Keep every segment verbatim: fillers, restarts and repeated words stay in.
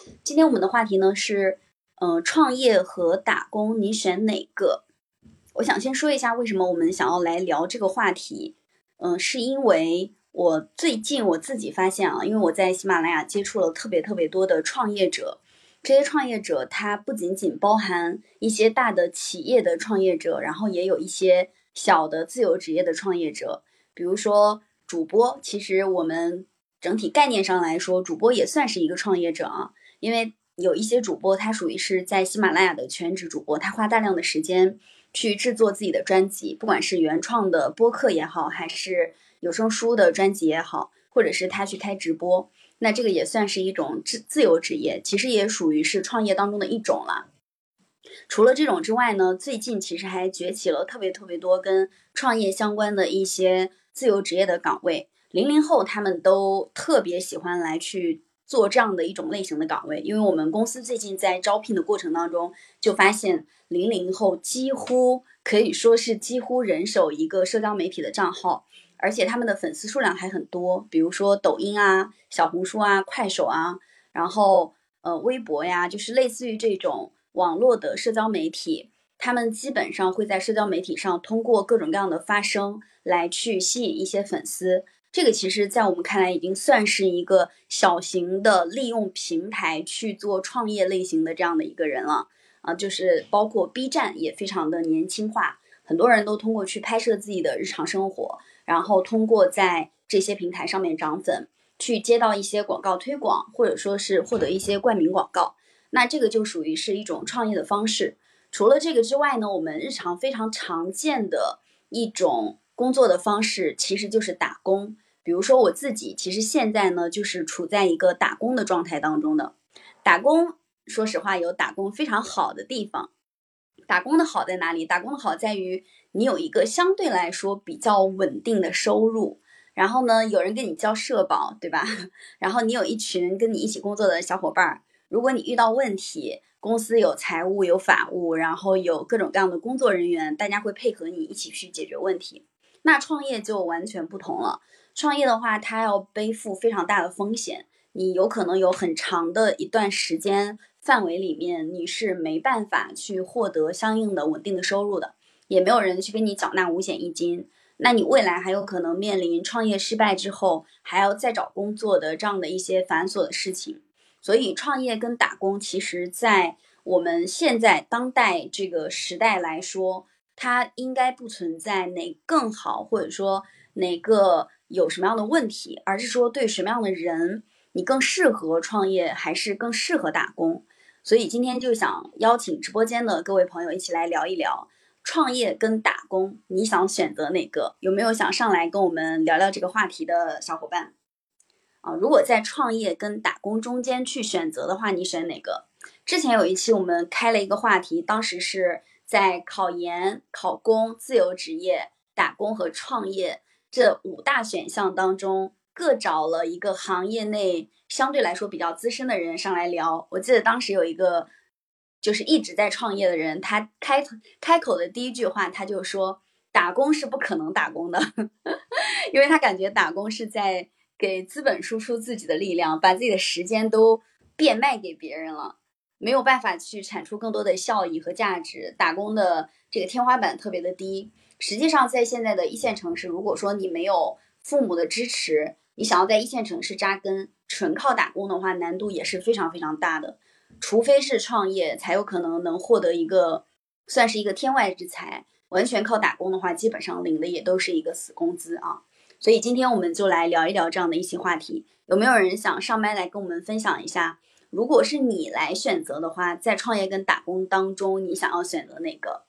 今天我们的话题呢是，呃，创业和打工，你选哪个？我想先说一下为什么我们想要来聊这个话题。嗯、呃，是因为我最近我自己发现啊，因为我在喜马拉雅接触了特别特别多的创业者，这些创业者他不仅仅包含一些大的企业的创业者，然后也有一些小的自由职业的创业者，比如说主播，其实我们整体概念上来说，主播也算是一个创业者啊。因为有一些主播，他属于是在喜马拉雅的全职主播，他花大量的时间去制作自己的专辑，不管是原创的播客也好，还是有声书的专辑也好，或者是他去开直播，那这个也算是一种自自由职业，其实也属于是创业当中的一种了。除了这种之外呢，最近其实还崛起了特别特别多跟创业相关的一些自由职业的岗位。零零后他们都特别喜欢来去做这样的一种类型的岗位，因为我们公司最近在招聘的过程当中，就发现零零后几乎可以说是几乎人手一个社交媒体的账号，而且他们的粉丝数量还很多，比如说抖音啊、小红书啊、快手啊，然后呃微博呀，就是类似于这种网络的社交媒体，他们基本上会在社交媒体上通过各种各样的发声来去吸引一些粉丝。这个其实在我们看来已经算是一个小型的利用平台去做创业类型的这样的一个人了啊，就是包括 B 站也非常的年轻化，很多人都通过去拍摄自己的日常生活，然后通过在这些平台上面涨粉，去接到一些广告推广，或者说是获得一些冠名广告，那这个就属于是一种创业的方式。除了这个之外呢，我们日常非常常见的一种工作的方式其实就是打工。比如说我自己其实现在呢就是处在一个打工的状态当中的。打工说实话有打工非常好的地方，打工的好在哪里？打工的好在于你有一个相对来说比较稳定的收入，然后呢有人给你交社保，对吧？然后你有一群跟你一起工作的小伙伴，如果你遇到问题，公司有财务有法务，然后有各种各样的工作人员，大家会配合你一起去解决问题。那创业就完全不同了，创业的话它要背负非常大的风险，你有可能有很长的一段时间范围里面你是没办法去获得相应的稳定的收入的，也没有人去给你缴纳五险一金，那你未来还有可能面临创业失败之后还要再找工作的这样的一些繁琐的事情。所以创业跟打工其实在我们现在当代这个时代来说，它应该不存在哪更好，或者说哪个有什么样的问题，而是说对什么样的人你更适合创业还是更适合打工。所以今天就想邀请直播间的各位朋友一起来聊一聊创业跟打工，你想选择哪个？有没有想上来跟我们聊聊这个话题的小伙伴啊？如果在创业跟打工中间去选择的话，你选哪个？之前有一期我们开了一个话题，当时是在考研、考公、自由职业、打工和创业这五大选项当中，各找了一个行业内相对来说比较资深的人上来聊。我记得当时有一个就是一直在创业的人，他开开口的第一句话，他就说打工是不可能打工的，因为他感觉打工是在给资本输出自己的力量，把自己的时间都变卖给别人了，没有办法去产出更多的效益和价值，打工的这个天花板特别的低。实际上在现在的一线城市，如果说你没有父母的支持，你想要在一线城市扎根，纯靠打工的话，难度也是非常非常大的。除非是创业，才有可能能获得一个算是一个天外之财。完全靠打工的话，基本上领的也都是一个死工资啊。所以今天我们就来聊一聊这样的一些话题。有没有人想上麦来跟我们分享一下，如果是你来选择的话，在创业跟打工当中，你想要选择哪个？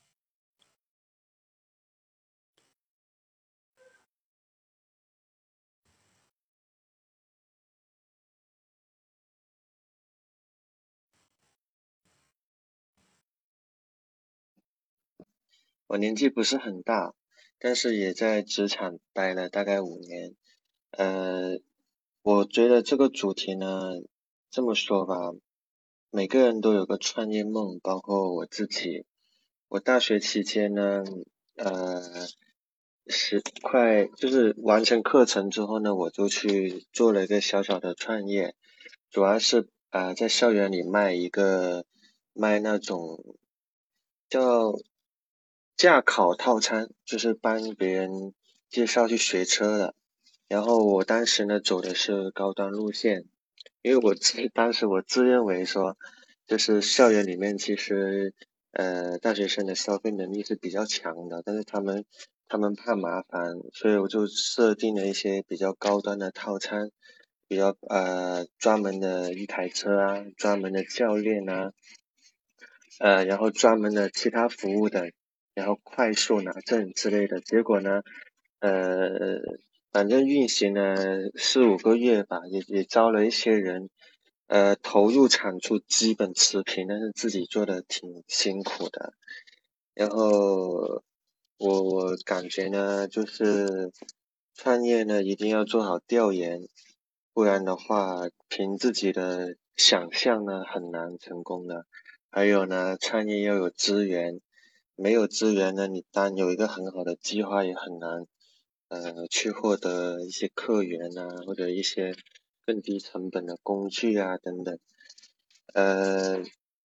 我年纪不是很大，但是也在职场待了大概五年。呃，我觉得这个主题呢，这么说吧，每个人都有个创业梦，包括我自己。我大学期间呢，呃，是快就是完成课程之后呢，我就去做了一个小小的创业，主要是呃在校园里卖一个卖那种叫驾考套餐，就是帮别人介绍去学车的。然后我当时呢走的是高端路线，因为我自当时我自认为说，就是校园里面其实呃大学生的消费能力是比较强的，但是他们他们怕麻烦，所以我就设定了一些比较高端的套餐，比较呃专门的一台车啊，专门的教练啊，呃然后专门的其他服务的，然后快速拿证之类的。结果呢，呃反正运行了四五个月吧，也也招了一些人，呃，投入产出基本持平，但是自己做的挺辛苦的。然后我我感觉呢，就是创业呢一定要做好调研，不然的话，凭自己的想象呢很难成功的。还有呢，创业要有资源，没有资源呢，你单有一个很好的计划也很难，呃，去获得一些客源啊，或者一些更低成本的工具啊等等。呃，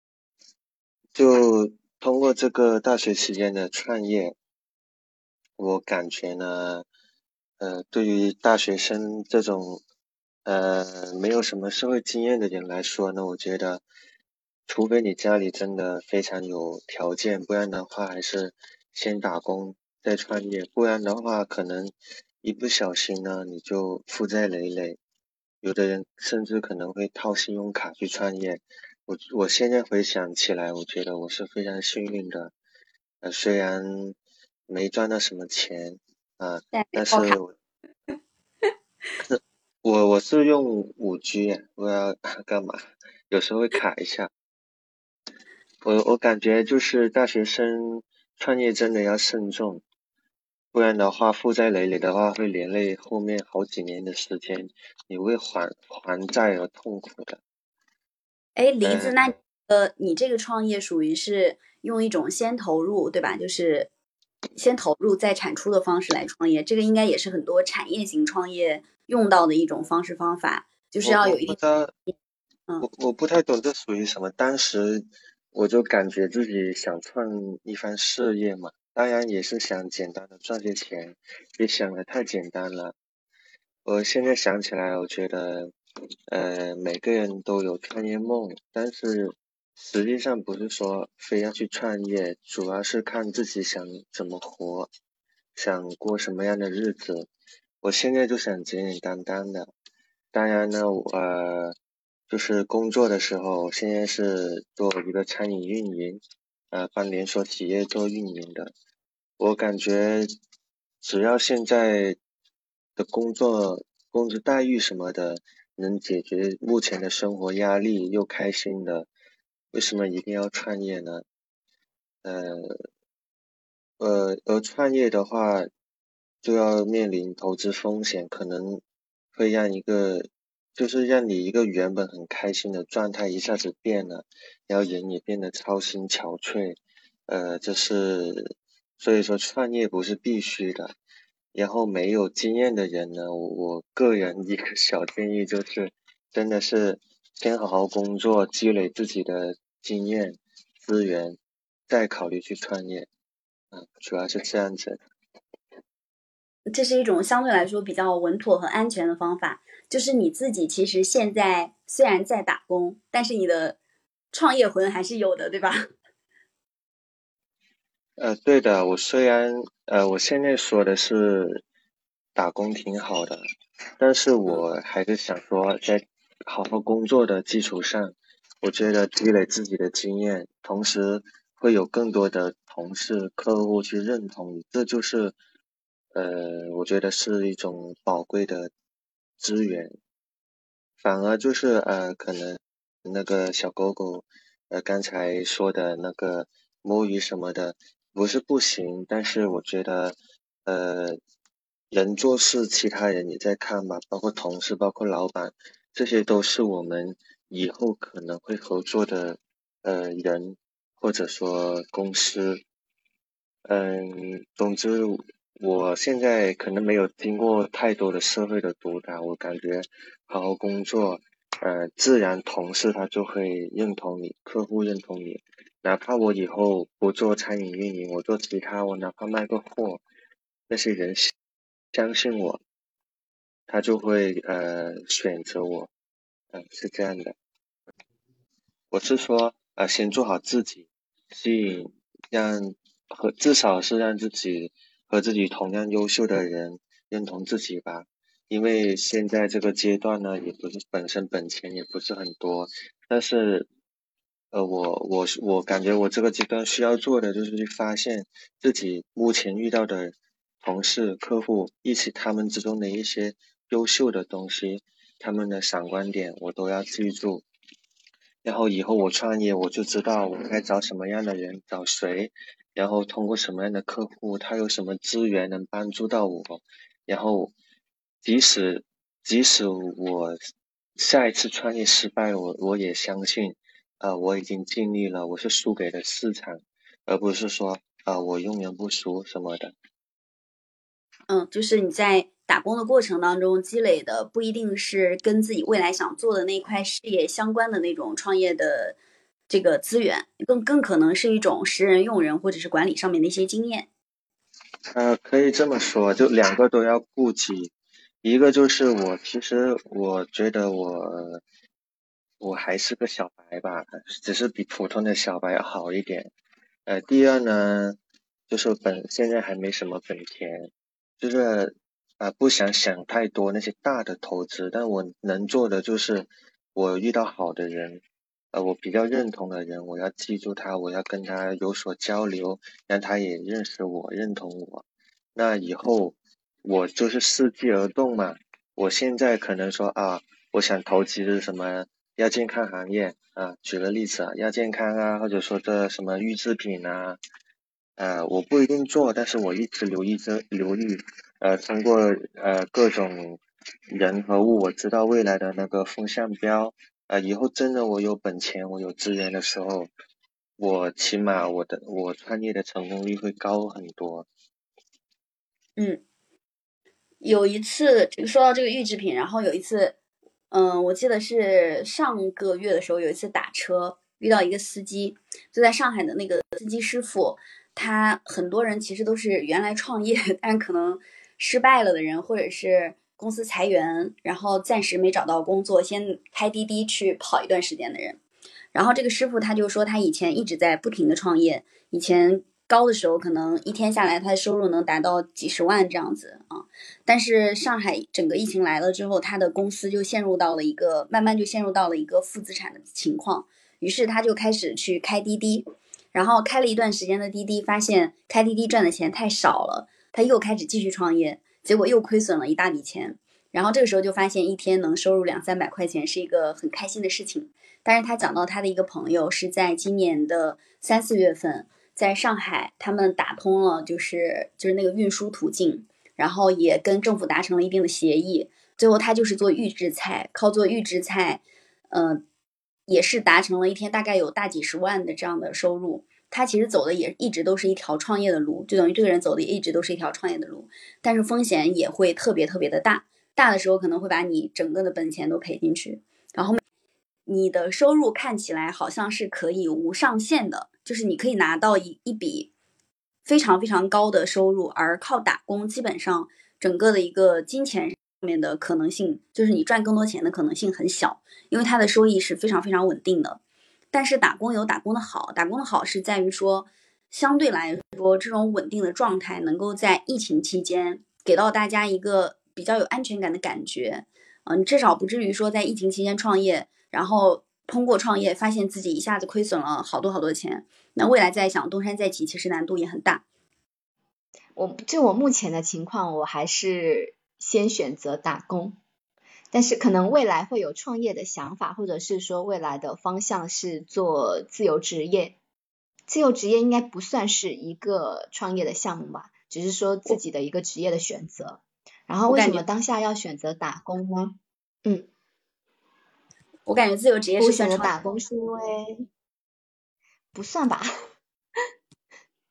就通过这个大学期间的创业，我感觉呢，呃，对于大学生这种呃没有什么社会经验的人来说呢，我觉得，除非你家里真的非常有条件，不然的话还是先打工再创业，不然的话可能一不小心呢你就负债累累，有的人甚至可能会套信用卡去创业。我我现在回想起来，我觉得我是非常幸运的，呃，虽然没赚到什么钱啊， 在但爆卡。 是我我我是用五 G，我要干嘛？有时候会卡一下。我我感觉就是大学生创业真的要慎重，不然的话负债累累的话，会连累后面好几年的时间，你会还还债而痛苦的。 哎，梨子， 呃那呃，你这个创业属于是用一种先投入，对吧？就是先投入再产出的方式来创业，这个应该也是很多产业型创业用到的一种方式方法，就是我我要有一定。 不知道， 嗯。 我我不太懂这属于什么。当时我就感觉自己想创一番事业嘛，当然也是想简单的赚些钱，别想的太简单了。我现在想起来，我觉得，呃，每个人都有创业梦，但是实际上不是说非要去创业，主要是看自己想怎么活，想过什么样的日子。我现在就想简简单单的，当然呢，我呃，就是工作的时候，现在是做一个餐饮运营，呃，帮连锁企业做运营的。我感觉只要现在的工作工资待遇什么的能解决目前的生活压力又开心的，为什么一定要创业呢？呃呃，而创业的话，就要面临投资风险，可能会让一个就是让你一个原本很开心的状态一下子变了，然后人也变得操心憔悴。呃，这是所以说创业不是必须的。然后没有经验的人呢，我我个人一个小建议就是，真的是先好好工作，积累自己的经验资源，再考虑去创业。嗯，主要是这样子。 这是一种相对来说比较稳妥和安全的方法。就是你自己其实现在虽然在打工，但是你的创业魂还是有的，对吧？ 呃，对的，我虽然呃，我现在说的是打工挺好的，但是嗯。 我还是想说，在好好工作的基础上，我觉得积累自己的经验，同时会有更多的同事、客户去认同你，这就是呃，我觉得是一种宝贵的资源。反而就是呃，可能那个小狗狗，呃，刚才说的那个摸鱼什么的，不是不行，但是我觉得，呃，人做事，其他人也在看吧，包括同事，包括老板，这些都是我们以后可能会合作的呃人，或者说公司。嗯，总之，我现在可能没有经过太多的社会的毒打，我感觉好好工作， 呃，自然同事他就会认同你，客户认同你，哪怕我以后不做餐饮运营，我做其他，我哪怕卖个货，那些人相信我，他就会呃选择我，嗯、是这样的。我是说，呃，先做好自己，吸引让和至少是让自己和自己同样优秀的人认同自己吧。因为现在这个阶段呢，也不是本身本钱也不是很多，但是，呃，我我我感觉我这个阶段需要做的就是去发现自己目前遇到的同事、客户一起他们之中的一些优秀的东西，他们的闪光点我都要记住。然后以后我创业，我就知道我该找什么样的人，找谁，然后通过什么样的客户，他有什么资源能帮助到我，然后即使即使我下一次创业失败，我我也相信，呃，我已经尽力了，我是输给了市场，而不是说啊、呃我永远不输什么的。 嗯，就是你在打工的过程当中积累的，不一定是跟自己未来想做的那块事业相关的那种创业的这个资源，更更可能是一种识人用人或者是管理上面的一些经验。 呃，可以这么说，就两个都要顾及。一个就是我，其实我觉得我我还是个小白吧，只是比普通的小白要好一点。呃，第二呢，就是本现在还没什么本钱，就是啊、不想想太多那些大的投资，但我能做的就是我遇到好的人，呃，我比较认同的人，我要记住他，我要跟他有所交流，让他也认识我，认同我。那以后我就是伺机而动嘛。我现在可能说啊，我想投资什么亚健康行业啊，举个例子啊，亚健康啊，或者说这什么预制品啊，呃，我不一定做，但是我一直留意这留意，呃，通过呃各种人和物，我知道未来的那个风向标，呃，以后真的我有本钱，我有资源的时候，我起码我的我创业的成功率会高很多。 嗯，有一次这个说到这个预制品，然后有一次，嗯，我记得是上个月的时候，有一次打车遇到一个司机，就在上海的那个司机师傅，他很多人其实都是原来创业，但可能失败了的人，或者是公司裁员，然后暂时没找到工作，先开滴滴去跑一段时间的人。然后这个师傅他就说，他以前一直在不停的创业，以前高的时候可能一天下来他的收入能达到几十万这样子啊。但是上海整个疫情来了之后，他的公司就陷入到了一个慢慢就陷入到了一个负资产的情况，于是他就开始去开滴滴，然后开了一段时间的滴滴，发现开滴滴赚的钱太少了，他又开始继续创业，结果又亏损了一大笔钱。然后这个时候就发现一天能收入两三百块钱是一个很开心的事情。但是他讲到他的一个朋友是在今年的三四月份，在上海他们打通了就是就是那个运输途径，然后也跟政府达成了一定的协议，最后他就是做预制菜，靠做预制菜，呃，也是达成了一天大概有大几十万的这样的收入。他其实走的也一直都是一条创业的路，就等于这个人走的也一直都是一条创业的路，但是风险也会特别特别的大，大的时候可能会把你整个的本钱都赔进去。然后你的收入看起来好像是可以无上限的，就是你可以拿到一一笔非常非常高的收入，而靠打工基本上整个的一个金钱上面的可能性，就是你赚更多钱的可能性很小，因为它的收益是非常非常稳定的。但是打工有打工的好，打工的好是在于说，相对来说这种稳定的状态能够在疫情期间给到大家一个比较有安全感的感觉。嗯、呃，你至少不至于说在疫情期间创业，然后通过创业发现自己一下子亏损了好多好多钱，那未来再想东山再起，其实难度也很大。 我就我目前的情况，我还是先选择打工，但是可能未来会有创业的想法，或者是说未来的方向是做自由职业。自由职业应该不算是一个创业的项目吧，只是说自己的一个职业的选择。然后为什么当下要选择打工呢？嗯， 我感觉自由职业我选择是算创业。 打工是因为不算吧，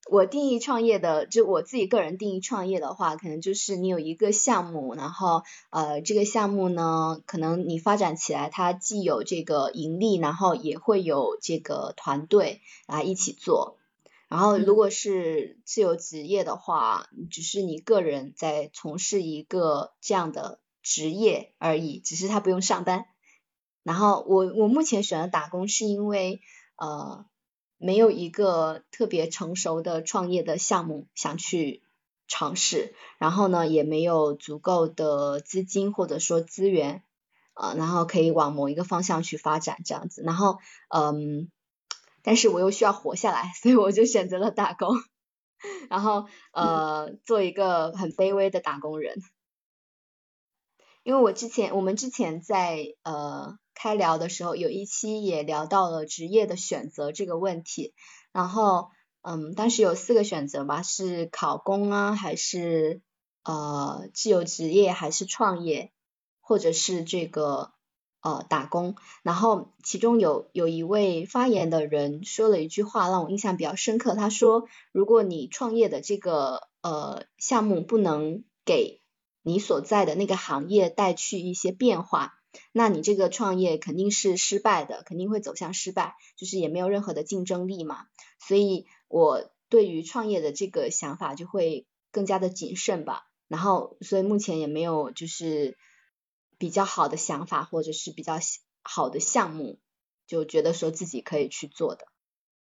我定义创业的，就我自己个人定义创业的话，可能就是你有一个项目，然后呃这个项目呢，可能你发展起来，它既有这个盈利，然后也会有这个团队来一起做。然后如果是自由职业的话，只是你个人在从事一个这样的职业而已，只是他不用上班。然后我我目前选择打工是因为呃没有一个特别成熟的创业的项目想去尝试，然后呢也没有足够的资金或者说资源呃然后可以往某一个方向去发展这样子。然后嗯但是我又需要活下来，所以我就选择了打工，然后呃做一个很卑微的打工人。因为我之前我们之前在呃开聊的时候，有一期也聊到了职业的选择这个问题，然后嗯当时有四个选择吧，是考公啊，还是呃自由职业，还是创业，或者是这个呃打工。然后其中有有一位发言的人说了一句话让我印象比较深刻，他说如果你创业的这个呃项目不能给你所在的那个行业带去一些变化，那你这个创业肯定是失败的，肯定会走向失败，就是也没有任何的竞争力嘛。所以我对于创业的这个想法就会更加的谨慎吧。然后所以目前也没有就是比较好的想法或者是比较好的项目，就觉得说自己可以去做的。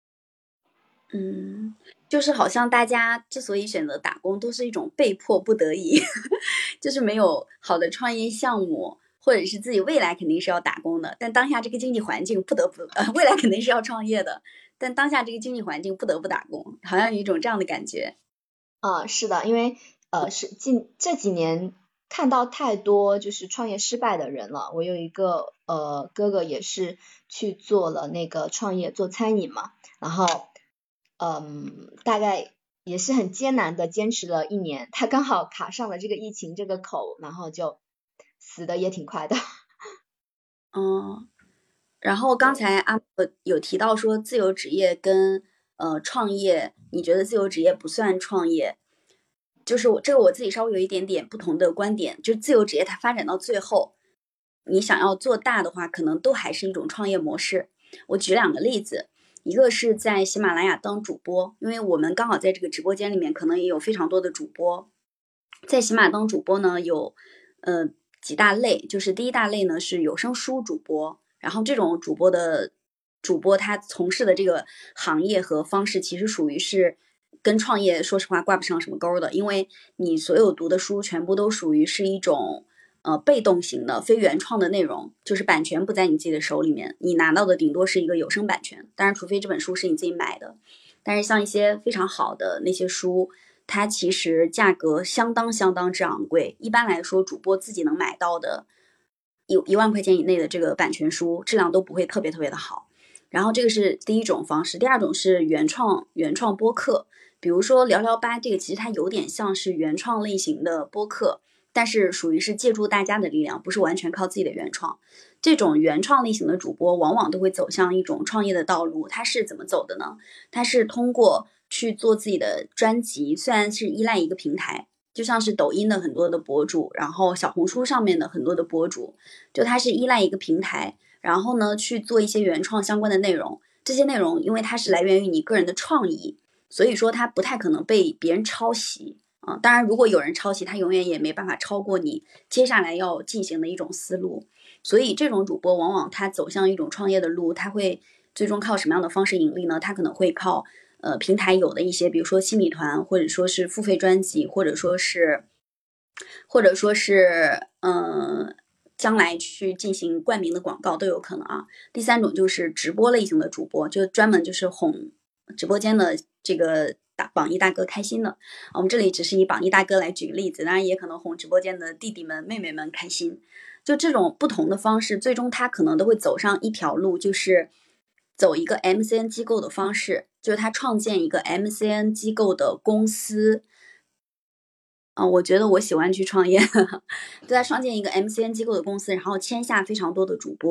嗯，就是好像大家之所以选择打工，都是一种被迫不得已，就是没有好的创业项目，或者是自己未来肯定是要打工的，但当下这个经济环境不得不，呃，未来肯定是要创业的，但当下这个经济环境不得不打工，好像有一种这样的感觉。 啊、呃，是的，因为呃是近这几年看到太多就是创业失败的人了。我有一个呃哥哥也是去做了那个创业做餐饮嘛，然后嗯大概也是很艰难的坚持了一年，他刚好卡上了这个疫情这个口，然后就死的也挺快的。 嗯，然后刚才阿莫有提到说自由职业跟呃创业，你觉得自由职业不算创业？就是我这个我自己稍微有一点点不同的观点，就是自由职业它发展到最后，你想要做大的话，可能都还是一种创业模式。我举两个例子，一个是在喜马拉雅当主播，因为我们刚好在这个直播间里面，可能也有非常多的主播。在喜马当主播呢，有呃几大类，就是第一大类呢是有声书主播，然后这种主播的主播他从事的这个行业和方式，其实属于是跟创业说实话挂不上什么钩的，因为你所有读的书全部都属于是一种呃被动型的非原创的内容，就是版权不在你自己的手里面，你拿到的顶多是一个有声版权，当然除非这本书是你自己买的。但是像一些非常好的那些书，它其实价格相当相当之昂贵，一般来说主播自己能买到的有一万块钱以内的这个版权书质量都不会特别特别的好。然后这个是第一种方式，第二种是原创原创播客，比如说聊聊吧，这个其实它有点像是原创类型的播客，但是属于是借助大家的力量，不是完全靠自己的原创。这种原创类型的主播往往都会走向一种创业的道路，它是怎么走的呢？它是通过去做自己的专辑，虽然是依赖一个平台，就像是抖音的很多的博主，然后小红书上面的很多的博主，就它是依赖一个平台，然后呢去做一些原创相关的内容。这些内容因为它是来源于你个人的创意，所以说它不太可能被别人抄袭啊。当然，如果有人抄袭，他永远也没办法超过你接下来要进行的一种思路。所以这种主播往往他走向一种创业的路，他会最终靠什么样的方式盈利呢？他可能会靠呃平台有的一些，比如说新米团，或者说是付费专辑，或者说是或者说是嗯、呃、将来去进行冠名的广告都有可能啊。第三种就是直播类型的主播，就专门就是哄直播间的这个大榜一大哥开心的。我们这里只是以榜一大哥来举个例子，当然也可能哄直播间的弟弟们妹妹们开心。就这种不同的方式，最终他可能都会走上一条路，就是走一个 M C N 机构的方式，就是他创建一个 M C N 机构的公司。啊、呃，我觉得我喜欢去创业，对他创建一个 M C N 机构的公司，然后签下非常多的主播，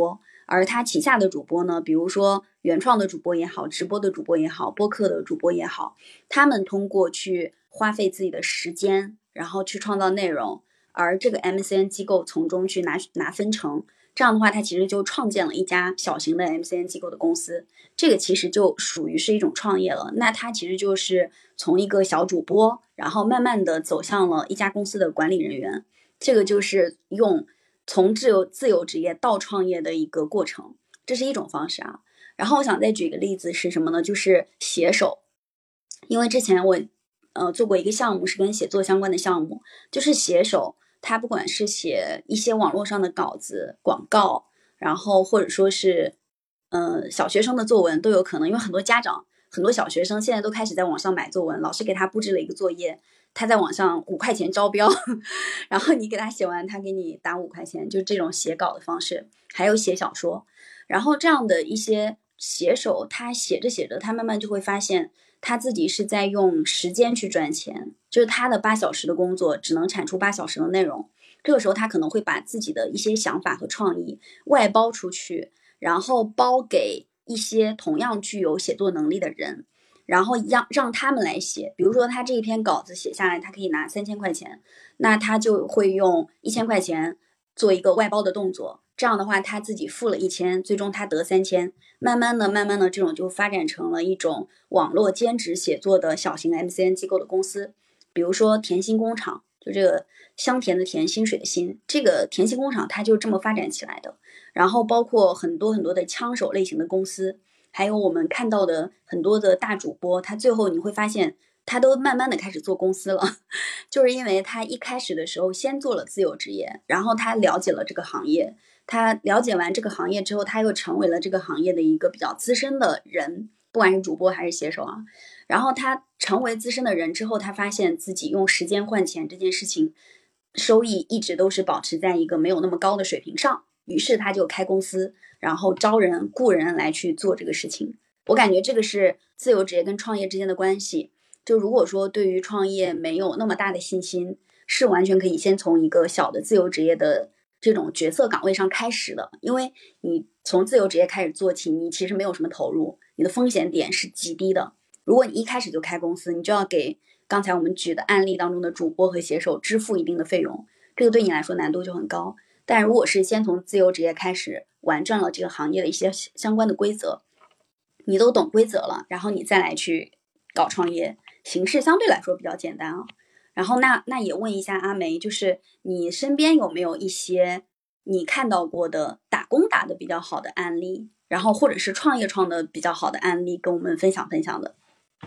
而他旗下的主播呢，比如说原创的主播也好，直播的主播也好，播客的主播也好，他们通过去花费自己的时间，然后去创造内容，而这个 M C N 机构从中去拿拿分成，这样的话，他其实就创建了一家小型的 M C N 机构的公司，这个其实就属于是一种创业了。那他其实就是从一个小主播，然后慢慢的走向了一家公司的管理人员，这个就是用从自由自由职业到创业的一个过程，这是一种方式啊。然后我想再举一个例子是什么呢？就是写手，因为之前我呃做过一个项目是跟写作相关的项目，就是写手他不管是写一些网络上的稿子、广告，然后或者说是呃小学生的作文都有可能，因为很多家长很多小学生现在都开始在网上买作文，老师给他布置了一个作业，他在网上五块钱招标然后你给他写完，他给你打五块钱，就这种写稿的方式。还有写小说，然后这样的一些写手，他写着写着，他慢慢就会发现他自己是在用时间去赚钱，就是他的八小时的工作只能产出八小时的内容，这个时候他可能会把自己的一些想法和创意外包出去，然后包给一些同样具有写作能力的人，然后让让他们来写。比如说他这一篇稿子写下来，他可以拿三千块钱，那他就会用一千块钱做一个外包的动作，这样的话他自己付了一千，最终他得三千，慢慢的慢慢的这种就发展成了一种网络兼职写作的小型 M C N 机构的公司。比如说甜心工厂，就这个香甜的甜，薪水的薪，这个甜心工厂它就这么发展起来的。然后包括很多很多的枪手类型的公司，还有我们看到的很多的大主播，他最后你会发现他都慢慢的开始做公司了，就是因为他一开始的时候先做了自由职业，然后他了解了这个行业，他了解完这个行业之后，他又成为了这个行业的一个比较资深的人，不管是主播还是写手啊。然后他成为资深的人之后，他发现自己用时间换钱这件事情，收益一直都是保持在一个没有那么高的水平上，于是他就开公司，然后招人雇人来去做这个事情。我感觉这个是自由职业跟创业之间的关系。就如果说对于创业没有那么大的信心，是完全可以先从一个小的自由职业的这种角色岗位上开始的，因为你从自由职业开始做起，你其实没有什么投入，你的风险点是极低的。如果你一开始就开公司，你就要给刚才我们举的案例当中的主播和写手支付一定的费用，这个对你来说难度就很高。但如果是先从自由职业开始玩转了这个行业的一些相关的规则，你都懂规则了，然后你再来去搞创业，形式相对来说比较简单啊。然后那那也问一下阿梅，就是你身边有没有一些你看到过的打工打的比较好的案例，然后或者是创业创的比较好的案例跟我们分享分享的？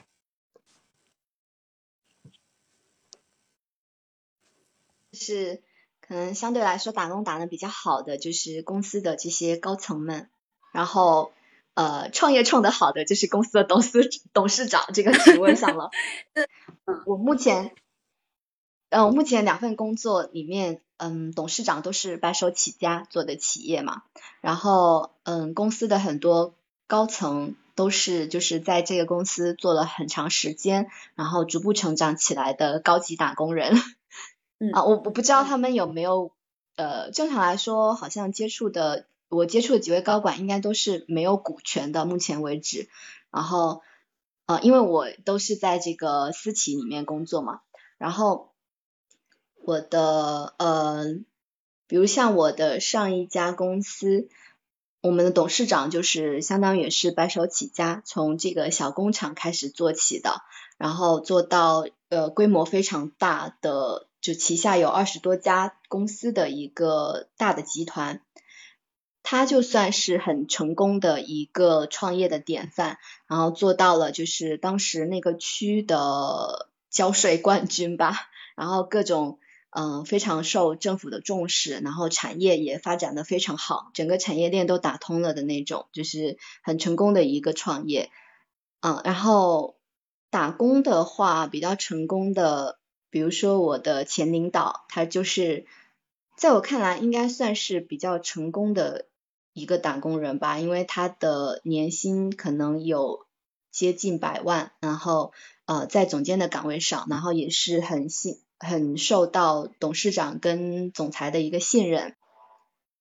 是可能相对来说打工打得比较好的就是公司的这些高层们，然后呃创业创得好的就是公司的董事董事长这个职位上了。我目前呃我目前两份工作里面，嗯董事长都是白手起家做的企业嘛，然后嗯公司的很多高层都是就是在这个公司做了很长时间，然后逐步成长起来的高级打工人。啊，我我不知道他们有没有，呃，正常来说，好像接触的我接触的几位高管应该都是没有股权的，目前为止。然后，呃，因为我都是在这个私企里面工作嘛，然后我的呃，比如像我的上一家公司，我们的董事长就是相当于也是白手起家，从这个小工厂开始做起的，然后做到呃规模非常大的。就旗下有二十多家公司的一个大的集团，他就算是很成功的一个创业的典范，然后做到了就是当时那个区的交税冠军吧，然后各种嗯、呃、非常受政府的重视，然后产业也发展的非常好，整个产业链都打通了的那种，就是很成功的一个创业。嗯，然后打工的话比较成功的。比如说我的前领导，他就是在我看来应该算是比较成功的一个打工人吧，因为他的年薪可能有接近百万，然后呃在总监的岗位上，然后也是很信很受到董事长跟总裁的一个信任。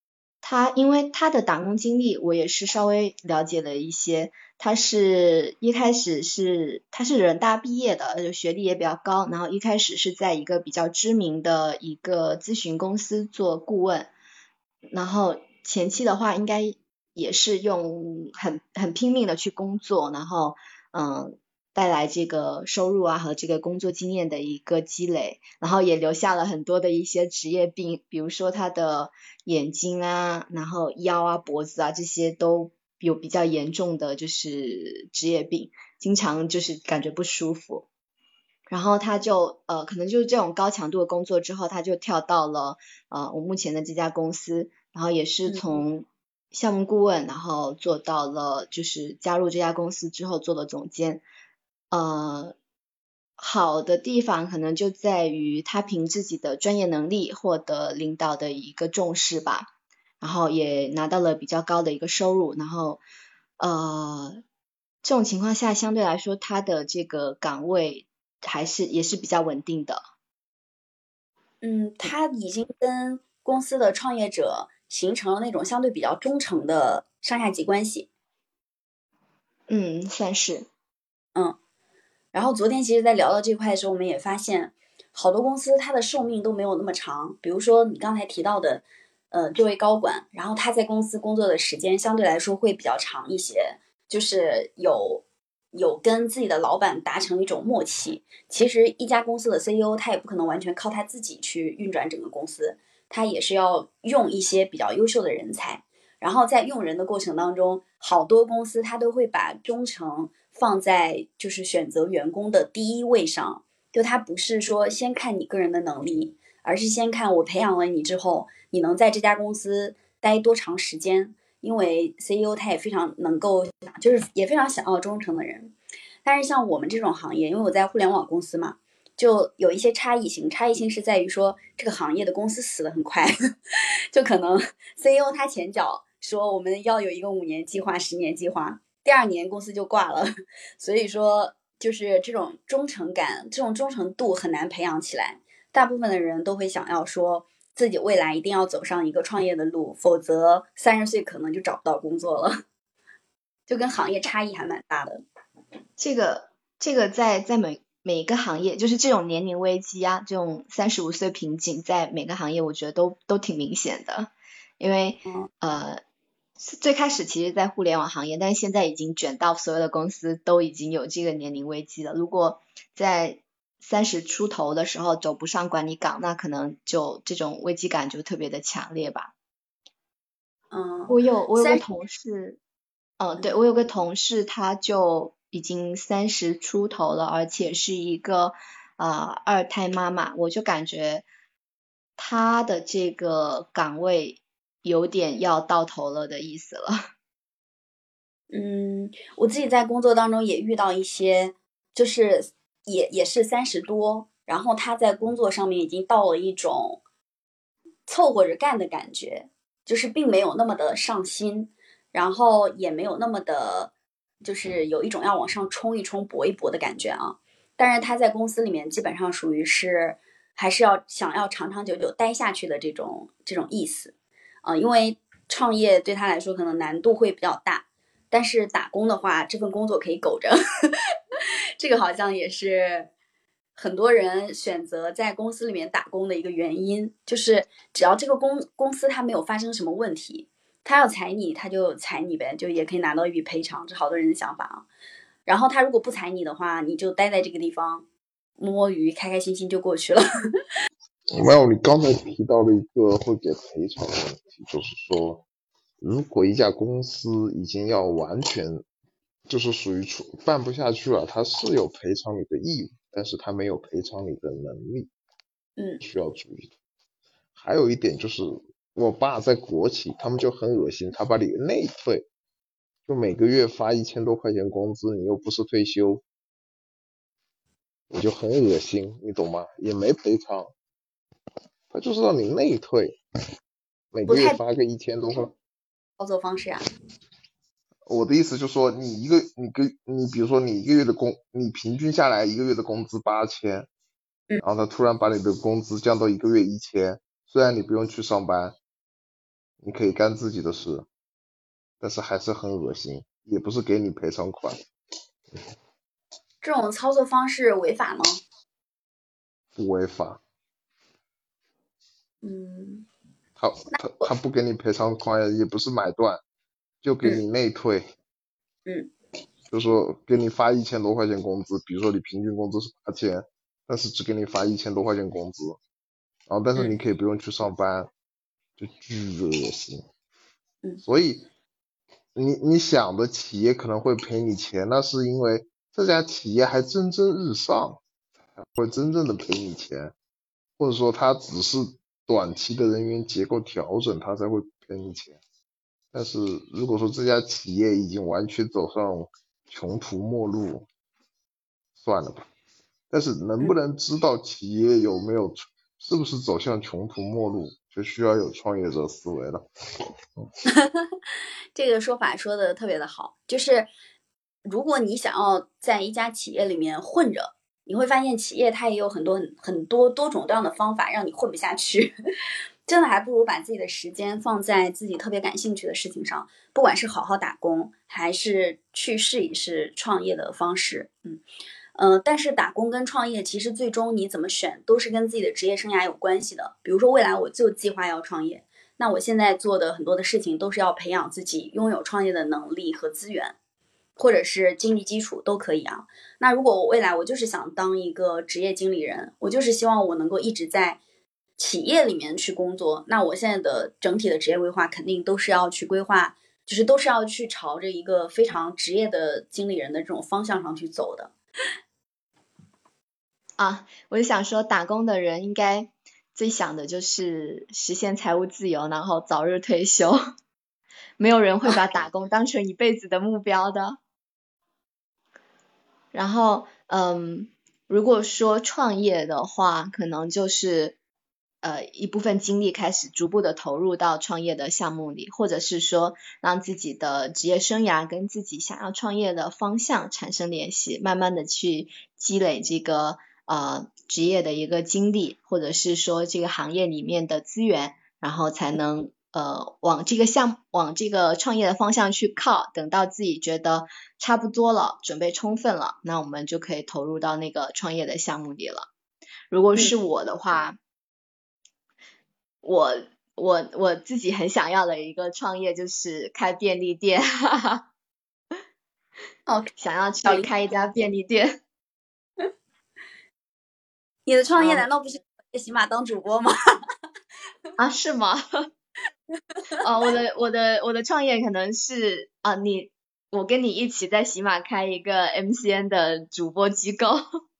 他因为他的打工经历我也是稍微了解了一些，他是一开始是他是人大毕业的，学历也比较高，然后一开始是在一个比较知名的一个咨询公司做顾问，然后前期的话应该也是用很很拼命的去工作，然后嗯带来这个收入啊和这个工作经验的一个积累，然后也留下了很多的一些职业病，比如说他的眼睛啊，然后腰啊脖子啊这些都有比较严重的就是职业病，经常就是感觉不舒服。然后他就呃可能就是这种高强度的工作之后，他就跳到了呃我目前的这家公司，然后也是从项目顾问，然后做到了就是加入这家公司之后做了总监。呃，好的地方可能就在于他凭自己的专业能力获得领导的一个重视吧，然后也拿到了比较高的一个收入，然后呃这种情况下相对来说他的这个岗位还是也是比较稳定的。 嗯，他已经跟公司的创业者形成了那种相对比较忠诚的上下级关系。 嗯，算是。 嗯。然后昨天其实在聊到这块的时候，我们也发现好多公司它的寿命都没有那么长。比如说你刚才提到的，呃，这位高管，然后他在公司工作的时间相对来说会比较长一些，就是有有跟自己的老板达成一种默契。其实一家公司的 C E O 他也不可能完全靠他自己去运转整个公司，他也是要用一些比较优秀的人才。然后在用人的过程当中，好多公司他都会把忠诚放在就是选择员工的第一位上，就他不是说先看你个人的能力，而是先看我培养了你之后，你能在这家公司待多长时间。因为 C E O 他也非常能够，就是也非常想要忠诚的人。但是像我们这种行业，因为我在互联网公司嘛，就有一些差异性。差异性是在于说这个行业的公司死得很快，就可能 C E O 他前脚说我们要有一个五年计划、十年计划，第二年公司就挂了。所以说，就是这种忠诚感、这种忠诚度很难培养起来。大部分的人都会想要说自己未来一定要走上一个创业的路，否则三十岁可能就找不到工作了。就跟行业差异还蛮大的。 这个这个在在每每一个行业，就是这种年龄危机啊，这种三十五岁瓶颈，在每个行业我觉得都都挺明显的。因为呃最开始其实在互联网行业，但是现在已经卷到所有的公司都已经有这个年龄危机了。如果在三十出头的时候走不上管理岗，那可能就这种危机感就特别的强烈吧。 嗯， 我有我有个同事，嗯，对，我有个同事，他就已经三十出头了，而且是一个呃二胎妈妈，我就感觉他的这个岗位有点要到头了的意思了。 嗯，我自己在工作当中也遇到一些，就是也也是三十多，然后他在工作上面已经到了一种凑合着干的感觉，就是并没有那么的上心，然后也没有那么的，就是有一种要往上冲一冲、搏一搏的感觉啊。但是他在公司里面基本上属于是还是要想要长长久久待下去的这种这种意思，呃，因为创业对他来说可能难度会比较大。但是打工的话，这份工作可以苟着，这个好像也是很多人选择在公司里面打工的一个原因，就是只要这个公公司它没有发生什么问题，他要裁你他就裁你呗，就也可以拿到一笔赔偿，这好多人的想法啊。然后他如果不裁你的话，你就待在这个地方摸摸鱼，开开心心就过去了。 没有，你刚才提到了一个会给赔偿的问题，就是说如果一家公司已经要完全就是属于出办不下去了，它是有赔偿你的义务，但是它没有赔偿你的能力， 嗯， 需要注意。还有一点就是我爸在国企，他们就很恶心，他把你内退，就每个月发一千多块钱工资，你又不是退休，你就很恶心，你懂吗？也没赔偿，他就是让你内退，每个月发个一千多块。 操作方式啊。 我的意思就是说，你一个你个你比如说你一个月的工，你平均下来一个月的工资八千，然后他突然把你的工资降到一个月一千，虽然你不用去上班， 你可以干自己的事，但是还是很恶心，也不是给你赔偿款。 这种操作方式违法吗？ 不违法。 嗯， 他他他不给你赔偿款，也不是买断，就给你内退。 嗯， 就说给你发一千多块钱工资，比如说你平均工资是八千，但是只给你发一千多块钱工资，然后但是你可以不用去上班，就巨恶心。 嗯， 所以你你想的企业可能会赔你钱，那是因为这家企业还蒸蒸日上，会真正的赔你钱，或者说它只是短期的人员结构调整，它才会赔你钱。但是如果说这家企业已经完全走上穷途末路，算了吧。但是能不能知道企业有没有是不是走向穷途末路，就需要有创业者思维了。 这个说法说的特别的好，就是如果你想要在一家企业里面混着，你会发现企业它也有很多很多多种多样的方法让你混不下去。真的还不如把自己的时间放在自己特别感兴趣的事情上，不管是好好打工，还是去试一试创业的方式。嗯，呃，但是打工跟创业其实最终你怎么选都是跟自己的职业生涯有关系的。比如说未来我就计划要创业，那我现在做的很多的事情都是要培养自己拥有创业的能力和资源，或者是经济基础都可以啊。那如果我未来我就是想当一个职业经理人，我就是希望我能够一直在企业里面去工作，那我现在的整体的职业规划肯定都是要去规划，就是都是要去朝着一个非常职业的经理人的这种方向上去走的。 啊，我就想说，打工的人应该最想的就是实现财务自由，然后早日退休。没有人会把打工当成一辈子的目标的。然后，嗯，如果说创业的话，可能就是呃一部分精力开始逐步的投入到创业的项目里，或者是说让自己的职业生涯跟自己想要创业的方向产生联系，慢慢的去积累这个呃职业的一个经历，或者是说这个行业里面的资源，然后才能呃往这个项往这个创业的方向去靠，等到自己觉得差不多了，准备充分了，那我们就可以投入到那个创业的项目里了。如果是我的话，嗯、我我我自己很想要的一个创业就是开便利店，哈哈。 哦， 想要去开一家便利店。 你的创业难道不是在喜马当主播吗？ 啊，是吗？哦，我的我的我的创业可能是啊，你我跟你一起在喜马开一个 M C N 的主播机构。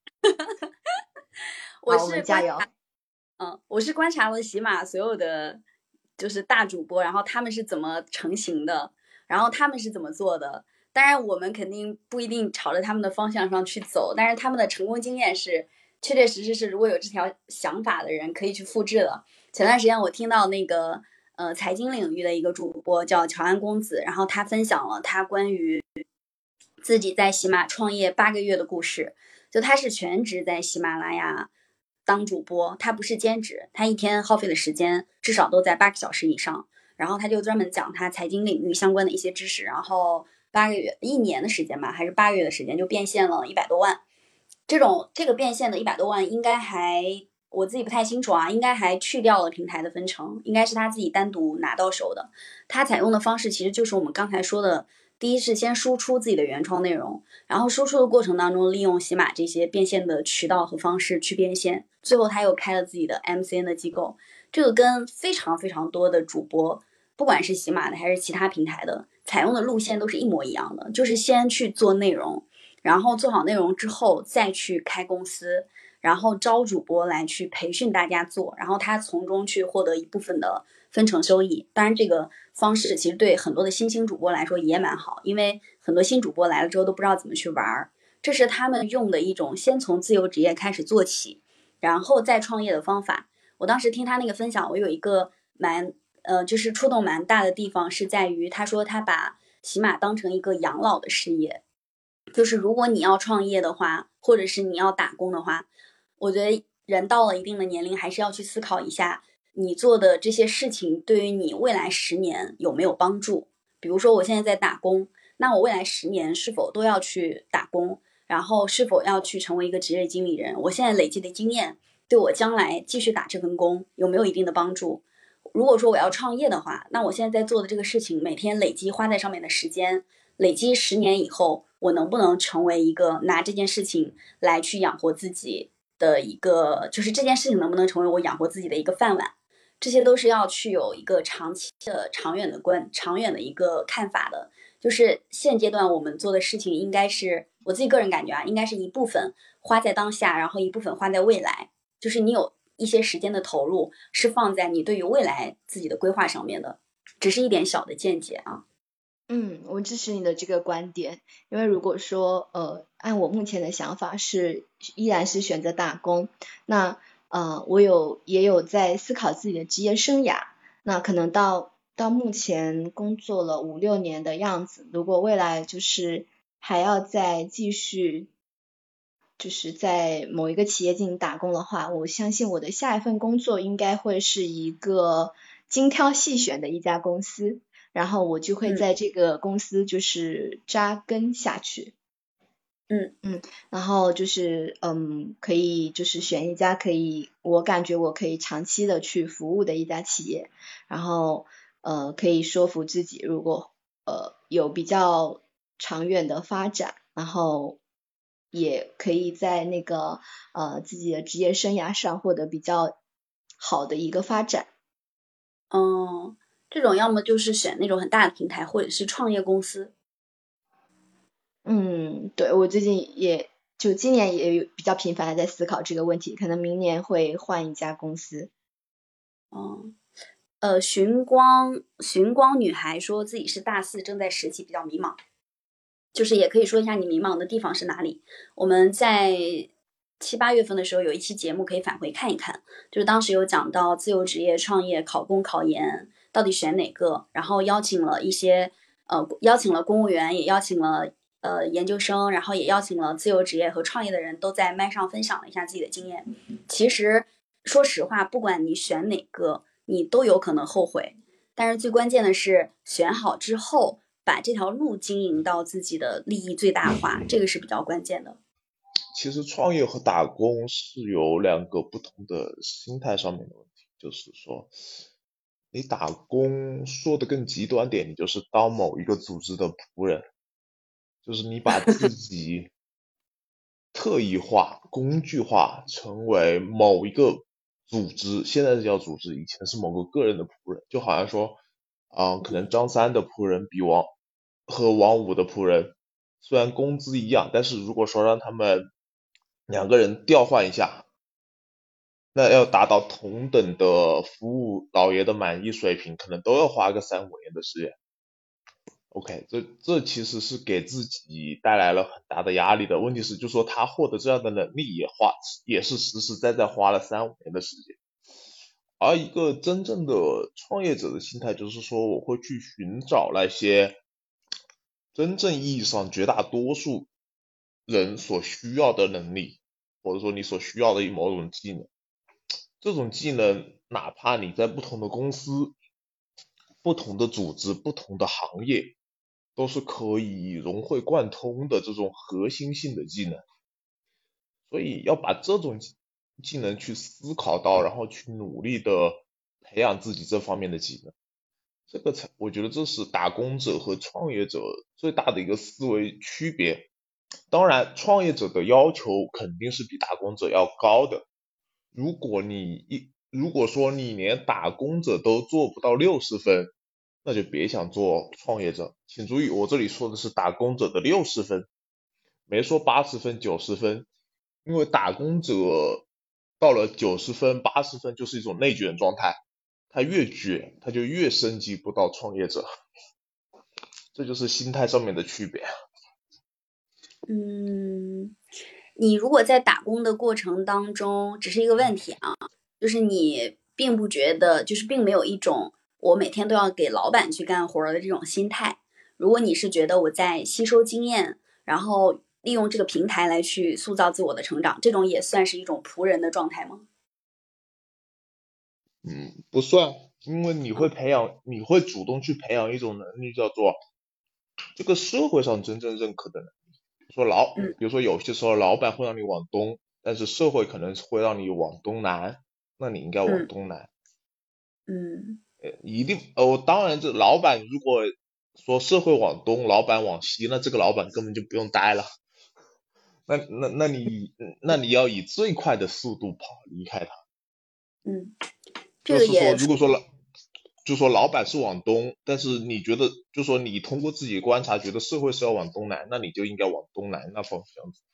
我是我们加油。 嗯，我是观察了喜马所有的就是大主播，然后他们是怎么成型的，然后他们是怎么做的。当然我们肯定不一定朝着他们的方向上去走，但是他们的成功经验是确确实实是如果有这条想法的人可以去复制的。前段时间我听到那个呃财经领域的一个主播叫乔安公子，然后他分享了他关于自己在喜马创业八个月的故事。就他是全职在喜马拉雅当主播，他不是兼职，他一天耗费的时间至少都在八个小时以上。然后他就专门讲他财经领域相关的一些知识，然后八个月一年的时间吧，还是八个月的时间就变现了一百多万。这种这个变现的一百多万应该还我自己不太清楚啊，应该还去掉了平台的分成，应该是他自己单独拿到手的。他采用的方式其实就是我们刚才说的，第一是先输出自己的原创内容，然后输出的过程当中利用喜马这些变现的渠道和方式去变现，最后他又开了自己的 M C N 的机构。这个跟非常非常多的主播，不管是喜马的还是其他平台的，采用的路线都是一模一样的，就是先去做内容，然后做好内容之后再去开公司，然后招主播来去培训大家做，然后他从中去获得一部分的分成收益。当然这个方式其实对很多的新兴主播来说也蛮好，因为很多新主播来了之后都不知道怎么去玩，这是他们用的一种先从自由职业开始做起然后再创业的方法。我当时听他那个分享，我有一个蛮呃就是触动蛮大的地方，是在于他说他把喜马当成一个养老的事业，就是如果你要创业的话，或者是你要打工的话，我觉得人到了一定的年龄还是要去思考一下你做的这些事情对于你未来十年有没有帮助。比如说我现在在打工，那我未来十年是否都要去打工，然后是否要去成为一个职业经理人，我现在累积的经验对我将来继续打这份工有没有一定的帮助。如果说我要创业的话，那我现在在做的这个事情每天累积花在上面的时间，累积十年以后，我能不能成为一个拿这件事情来去养活自己的一个，就是这件事情能不能成为我养活自己的一个饭碗，这些都是要去有一个长期的长远的观长远的一个看法的。就是现阶段我们做的事情应该是，我自己个人感觉啊，应该是一部分花在当下，然后一部分花在未来，就是你有一些时间的投入是放在你对于未来自己的规划上面的，只是一点小的见解啊。 嗯，我支持你的这个观点，因为如果说呃，按我目前的想法是依然是选择打工，那呃，我有也有在思考自己的职业生涯，那可能到到目前工作了五六年的样子，如果未来就是还要再继续就是在某一个企业进行打工的话，我相信我的下一份工作应该会是一个精挑细选的一家公司，然后我就会在这个公司就是扎根下去。 嗯嗯，然后就是嗯，可以就是选一家可以我感觉我可以长期的去服务的一家企业，然后呃可以说服自己，如果呃有比较长远的发展，然后也可以在那个呃自己的职业生涯上获得比较好的一个发展。 嗯，这种要么就是选那种很大的平台，或者是创业公司。 嗯，对，我最近也就今年也有比较频繁的在思考这个问题，可能明年会换一家公司。 嗯，呃，寻光寻光女孩说自己是大四，正在实习，比较迷茫。就是也可以说一下你迷茫的地方是哪里。我们在七八月份的时候有一期节目可以返回看一看，就是当时有讲到自由职业、创业、考公、考研到底选哪个，然后邀请了一些呃邀请了公务员，也邀请了呃研究生，然后也邀请了自由职业和创业的人都在麦上分享了一下自己的经验。其实说实话，不管你选哪个，你都有可能后悔，但是最关键的是选好之后把这条路经营到自己的利益最大化，这个是比较关键的。 其实创业和打工是有两个不同的心态上面的问题，就是说，你打工说的更极端点，你就是当某一个组织的仆人，就是你把自己特异化、工具化，成为某一个组织，现在是叫组织，以前是某个个人的仆人，就好像说，啊、可能张三的仆人比王和王五的仆人虽然工资一样，但是如果说让他们两个人调换一下，那要达到同等的服务老爷的满意水平，可能都要花个三五年的时间。OK，这这其实是给自己带来了很大的压力的。问题是，就说他获得这样的能力也花，也是实实在在花了三五年的时间。而一个真正的创业者的心态，就是说我会去寻找那些真正意义上绝大多数人所需要的能力，或者说你所需要的某种技能。这种技能，哪怕你在不同的公司、不同的组织、不同的行业，都是可以融会贯通的这种核心性的技能。所以要把这种技能去思考到，然后去努力的培养自己这方面的技能。这个才，我觉得这是打工者和创业者最大的一个思维区别。当然，创业者的要求肯定是比打工者要高的。如果你一如果说你连打工者都做不到六十分，那就别想做创业者。请注意，我这里说的是打工者的六十分，没说八十分、九十分，因为打工者到了九十分、八十分就是一种内卷状态，他越卷，他就越升级不到创业者，这就是心态上面的区别。 嗯，你如果在打工的过程当中，只是一个问题啊，就是你并不觉得，就是并没有一种我每天都要给老板去干活的这种心态。如果你是觉得我在吸收经验，然后利用这个平台来去塑造自我的成长，这种也算是一种仆人的状态吗？ 嗯，不算，因为你会培养，你会主动去培养一种能力，叫做这个社会上真正认可的能力。说老， 嗯比如说有些时候老板会让你往东，但是社会可能会让你往东南，那你应该往嗯东南。 嗯呃，一定，哦，当然这老板如果说社会往东，老板往西，那这个老板根本就不用待了。那那那你那你要以最快的速度跑离开他。 嗯，这就是说， 个也如果说老，就说老板是往东，但是你觉得，就说你通过自己观察，觉得社会是要往东南，那你就应该往东南那方向走。